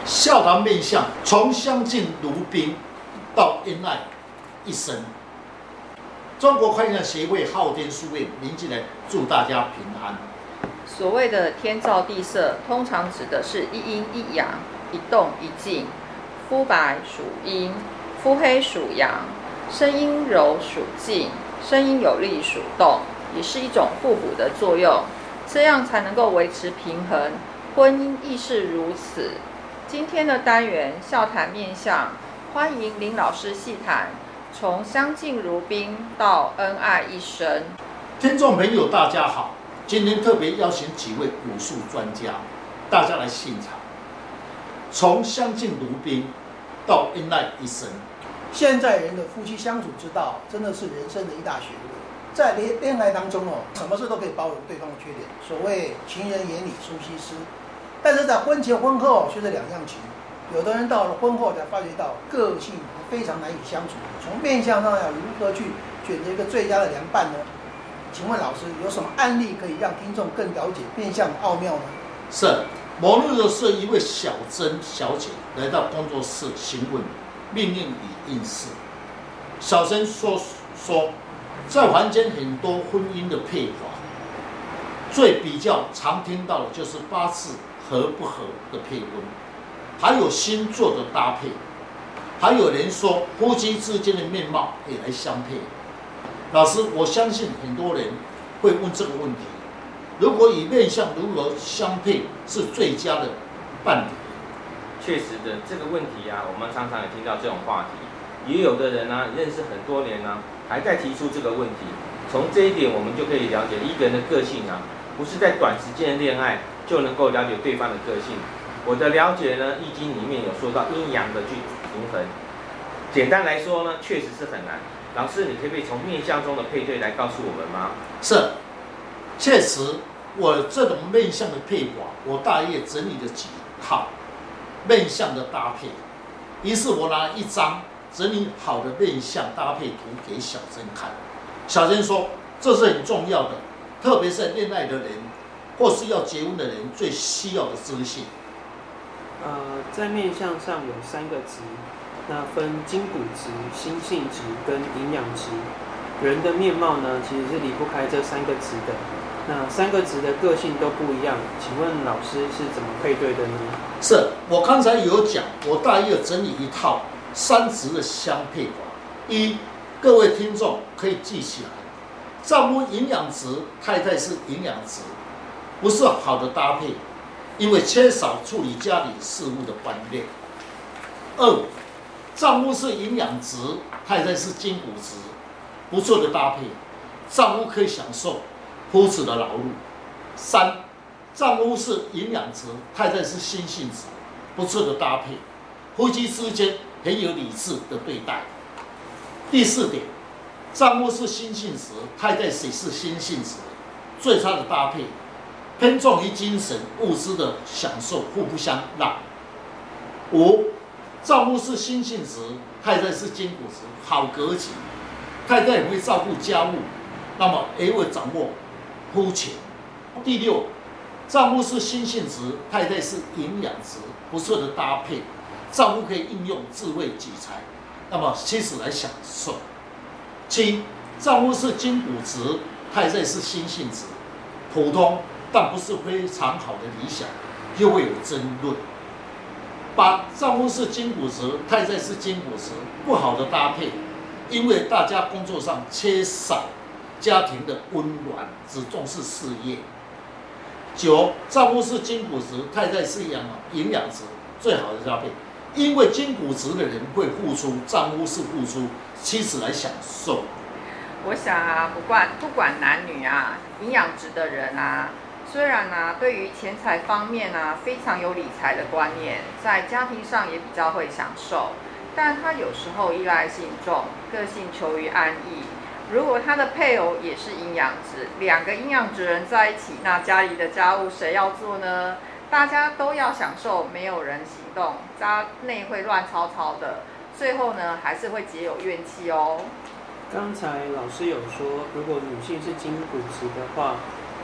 笑谈面相，从相敬如宾到恩爱一生。中国快相协会昊天书院您进来祝大家平安。 所谓的天照地色，通常指的是一阴一阳，一动一静。肤白属阴，肤黑属阳，声音柔属静，声音有力属动，也是一种互补的作用，这样才能够维持平衡。婚姻亦是如此。今天的单元笑谈面相，欢迎林老师细谈从相敬如宾到恩爱一生。 听众朋友大家好，今天特别邀请几位武术专家，大家来现场。从相敬如宾到恩爱一生， 现在人的夫妻相处之道，真的是人生的一大学问。在恋爱当中什么事都可以包容对方的缺点，所谓情人眼里出西施。但是在婚前婚后却是两样情，有的人到了婚后才发觉到个性非常难以相处。从面相上要如何去选择一个最佳的良伴呢？请问老师有什么案例可以让听众更了解面相的奥妙呢？ 是某日的是一位小珍小姐来到工作室询问命运与运势。小珍说，在凡间很多婚姻的配法，最比较常听到的就是八字合不合的配婚，还有星座的搭配，还有人说夫妻之间的面貌也来相配。老师，我相信很多人会问这个问题：如果以面相如何相配是最佳的伴侣？ 确实的，这个问题啊，我们常常也听到这种话题，也有的人啊，认识很多年啊，还在提出这个问题。从这一点，我们就可以了解一个人的个性啊，不是在短时间的恋爱就能够了解对方的个性。我的了解呢，《易经》里面有说到阴阳的去平衡。简单来说呢，确实是很难。老师，你可不可以从面相中的配对来告诉我们吗？ 是，确实，我这种面相的配法，我大约整理了几套面相的搭配。于是我拿一张整理好的面相搭配图给小珍看。小珍说，这是很重要的，特别是恋爱的人或是要结婚的人最需要的资讯。 在面相上有3个值，那分筋骨值、心性值跟营养值。人的面貌呢，其实是离不开这3个值的。那3个值的个性都不一样，请问老师是怎么配对的呢？ 是我刚才有讲，我大约整理一套3值的相配法。各位听众可以记起来，丈夫营养值，太太是营养值，不是好的搭配，因为缺少处理家里事务的观念。丈夫是营养值，太太是筋骨值，不错的搭配，丈夫可以享受夫子的劳碌。丈夫是营养值，太太是心性值，不错的搭配，夫妻之间很有理智的对待。第4点，丈夫是心性值，太太也是心性值，最差的搭配，偏重于精神物质的享受，互不相让。丈夫是心性值，太太是筋骨值，好格局，太太也会照顾家务，那么也会掌握夫权。第6，丈夫是心性值，太太是营养值，不错的搭配，丈夫可以应用智慧举才，那么妻子来享受。7，丈夫是筋骨值，太太是心性值，普通但不是非常好的理想，又会有争论。8，丈夫是筋骨值，太太是筋骨值，不好的搭配，因为大家工作上缺少家庭的温暖，只重视事业。9，丈夫是筋骨值，太太是营养值，最好的搭配，因为筋骨值的人会付出，丈夫是付出，妻子来享受。 我想啊，不管男女啊，营养值的人啊，虽然啊对于钱财方面啊非常有理财的观念，在家庭上也比较会享受，但他有时候依赖性重，个性求于安逸。如果他的配偶也是营养值，2个营养值人在一起，那家里的家务谁要做呢？大家都要享受，没有人行动，家内会乱糟糟的，最后呢还是会结有怨气哦。 刚才老师有说，如果女性是筋骨值的话，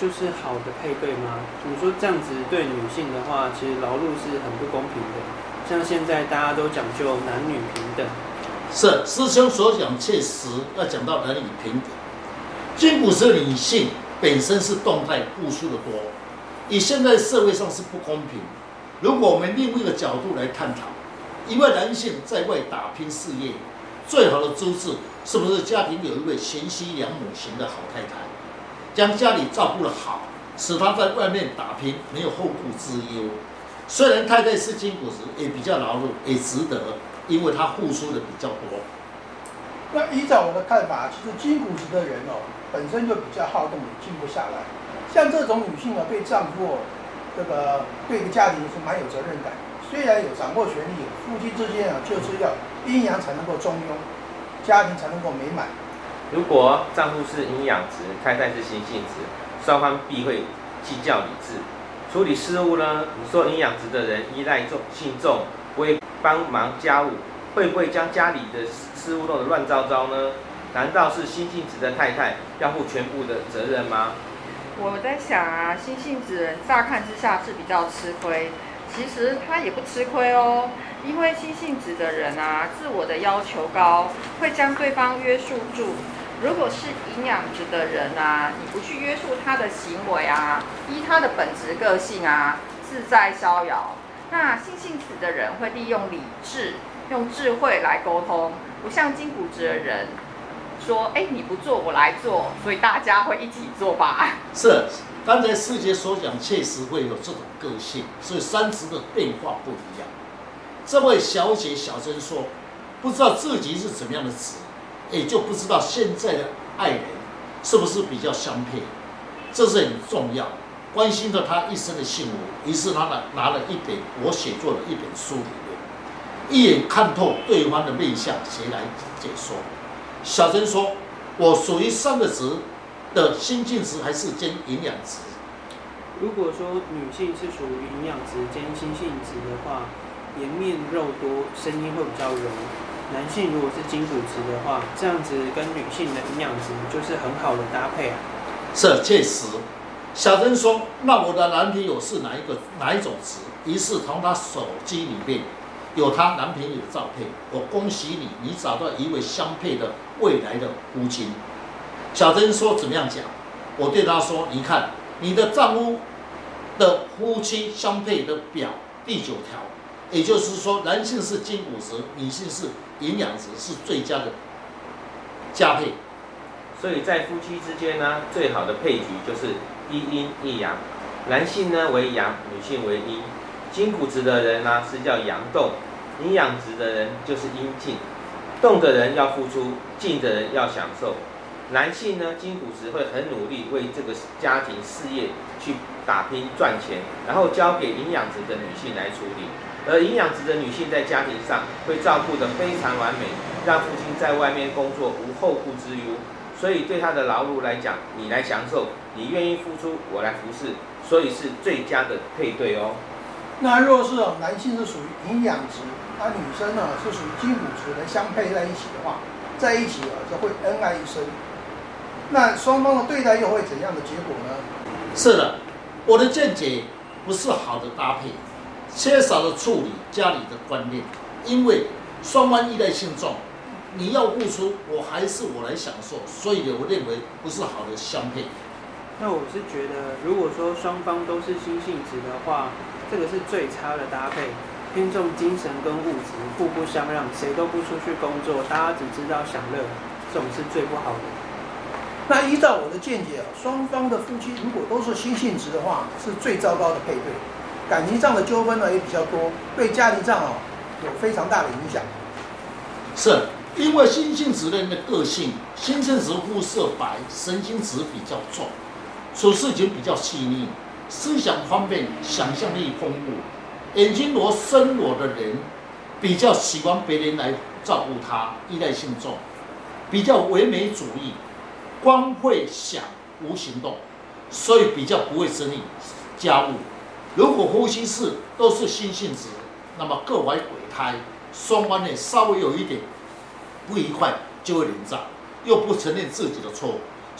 就是好的配对吗？你说这样子对女性的话，其实劳碌是很不公平的。像现在大家都讲究男女平等， 是师兄所讲，确实要讲到男女平等。金古时的女性本身是动态付出的多，以现在社会上是不公平。如果我们另一个角度来探讨，一位男性在外打拼事业，最好的资质是不是家庭有一位贤妻良母型的好太太，将家里照顾得好，使他在外面打拼没有后顾之忧。虽然太太是金古时，也比较劳碌，也值得，因为她付出的比较多。 那依照我的看法，其实金古时的人本身就比较好动，也静不下来。像这种女性对丈夫对一个家庭是蛮有责任感。虽然有掌握权力，夫妻之间就是要阴阳才能够中庸，家庭才能够美满。 如果丈夫是阴阳值，太太是心性值，双方必会计较理智。处理事务呢，你说阴阳值的人依赖性重，不会帮忙家务，会不会将家里的事务弄得乱糟糟呢？难道是心性值的太太要负全部的责任吗？ 我在想啊，心性子人乍看之下是比较吃亏，其实他也不吃亏哦，因为心性子的人啊，自我的要求高，会将对方约束住。如果是阴阳值的人啊，你不去约束他的行为啊，依他的本质个性啊，自在逍遥。那心性子的人会利用理智、用智慧来沟通，不像金骨值的人说，你不做我来做，所以大家会一起做吧。 是，刚才师姐所讲，确实会有这种个性，所以三值的变化不一样。这位小姐小珍说，不知道自己是怎么样的值，也就不知道现在的爱人是不是比较相配，这是很重要。关心着她一生的幸福，于是她拿了一本我写作的一本书里面，一眼看透对方的面相，谁来解说？小珍说：“我属于三个值的心境值，还是兼营养值？ 如果说女性是属于营养值兼心性值的话，颜面肉多，声音会比较柔。男性如果是金骨值的话，这样子跟女性的营养值就是很好的搭配啊。” 是，确实。小珍说：“那我的男朋友是哪一种值？”于是从他手机里面有她男朋友的照片。我恭喜你，你找到一位相配的未来的夫妻。小珍说：“怎么样讲？”我对她说：“你看，你的丈夫的夫妻相配的表第9条，也就是说，男性是金骨值，女性是营养值，是最佳的加配。 所以在夫妻之间呢，最好的配局就是一阴一阳，男性呢为阳，女性为阴。金骨值的人呢是叫阳动，营养值的人就是阴静。动的人要付出，静的人要享受。男性呢，金骨值会很努力为这个家庭事业去打拼赚钱，然后交给营养值的女性来处理。而营养值的女性在家庭上会照顾得非常完美，让父亲在外面工作无后顾之忧。所以对他的劳碌来讲，你来享受，你愿意付出，我来服侍，所以是最佳的配对哦。 那若是男性是属于营养值，女生是属于金骨值的相配在一起的话，在一起就会恩爱一生。那双方的对待又会怎样的结果呢？ 是的，我的见解不是好的搭配，缺少了处理家里的观念，因为双方依赖性重。你要付出，我来享受，所以我认为不是好的相配。 那我是觉得，如果说双方都是心性值的话，这个是最差的搭配，偏重精神跟物质，互不相让，谁都不出去工作，大家只知道享乐，这种是最不好的。 那依照我的见解，双方的夫妻如果都是心性值的话，是最糟糕的配对，感情上的纠纷也比较多，对家庭上有非常大的影响。 是。因为心性值的人的个性，心性值肤色白，神经质比较重，处事情比较细腻，思想方面想象力丰富，眼睛深裸的人比较喜欢别人来照顾他，依赖性重，比较唯美主义，光会想无行动，所以比较不会整理家务。如果夫妻都是心性值，那么各怀鬼胎，双方稍微有一点不愉快就会连战，又不承认自己的错误，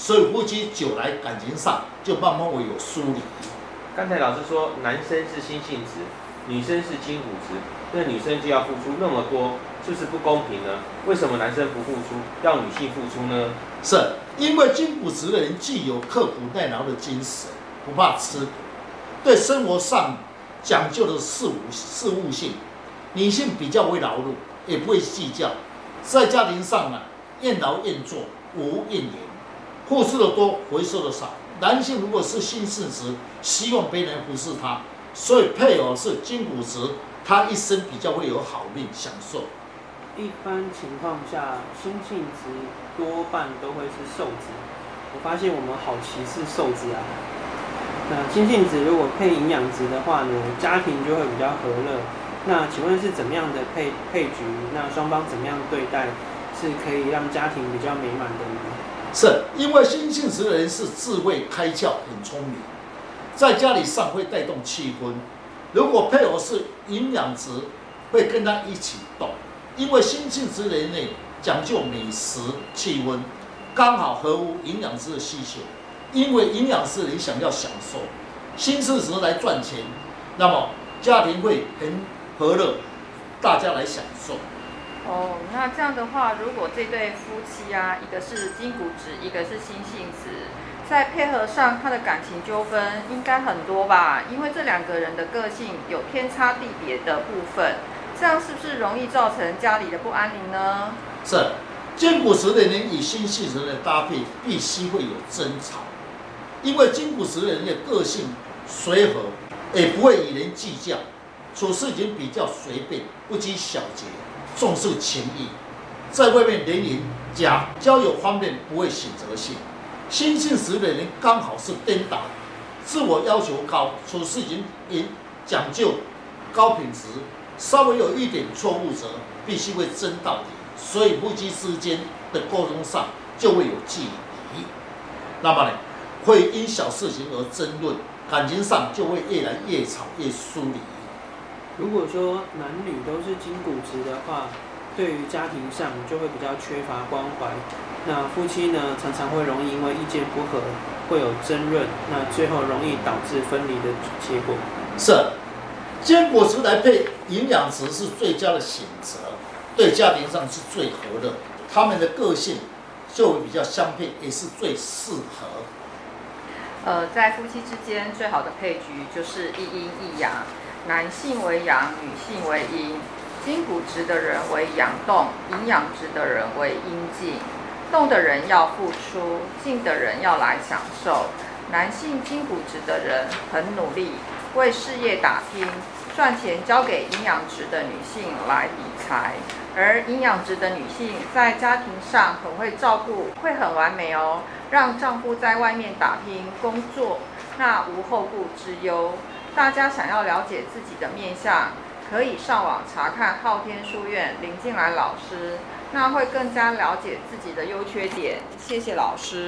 所以夫妻久来感情上就慢慢会有疏离。 刚才老师说男生是心性质，女生是筋骨质，那女生就要付出那么多，是不是不公平呢？为什么男生不付出，要女性付出呢？ 是因为筋骨质的人具有刻苦耐劳的精神，不怕吃苦，对生活上讲究的事务性，女性比较会劳碌，也不会计较，在家庭上呢，愿劳愿做，无怨言，付出的多，回收的少。男性如果是心性质，希望别人服侍他，所以配偶是筋骨质，他一生比较会有好命享受。 一般情况下，心性质多半都会是受子。我发现我们好歧视受子啊。那心性质如果配营养质的话呢，家庭就会比较和乐。那请问是怎么样的配局？那双方怎么样对待，是可以让家庭比较美满的呢？ 是因为心性质的人是智慧开窍，很聪明，在家里上会带动气氛。如果配偶是营养质，会跟他一起动。因为心性质的人呢，讲究美食气氛，刚好合乎营养质的需求。因为营养师人想要享受，心性质来赚钱，那么家庭会很和乐，大家来享受。 那这样的话，如果这对夫妻啊，一个是筋骨质，一个是心性质，在配合上，他的感情纠纷应该很多吧？因为这两个人的个性有天差地别的部分，这样是不是容易造成家里的不安宁呢？ 是，筋骨质的人与心性质的搭配必须会有争吵，因为筋骨质的人的个性随和，也不会与人计较，处事情比较随便，不拘小节。重视情谊，在外面联谊家交友方面不会选择性。心性质的人刚好是颠倒，自我要求高，处事情也讲究高品质，稍微有一点错误则必须会争到底，所以夫妻之间的沟通上就会有距离。那么呢，会因小事情而争论，感情上就会越来越吵越疏离。 如果说男女都是筋骨质的话，对于家庭上就会比较缺乏关怀。那夫妻呢，常常会容易因为意见不合，会有争论，那最后容易导致分离的结果。 是，坚果质来配营养质是最佳的选择，对家庭上是最和乐，他们的个性就会比较相配，也是最适合。 在夫妻之间最好的配局就是一阴一阳。男性为阳，女性为阴，筋骨质的人为阳动，营养质的人为阴静。动的人要付出，静的人要来享受。男性筋骨质的人很努力，为事业打拼，赚钱交给营养质的女性来理财。而营养质的女性在家庭上很会照顾，会很完美哦，让丈夫在外面打拼工作，那无后顾之忧。大家想要了解自己的面相，可以上网查看昊天书院林静兰老师，那会更加了解自己的优缺点。谢谢老师。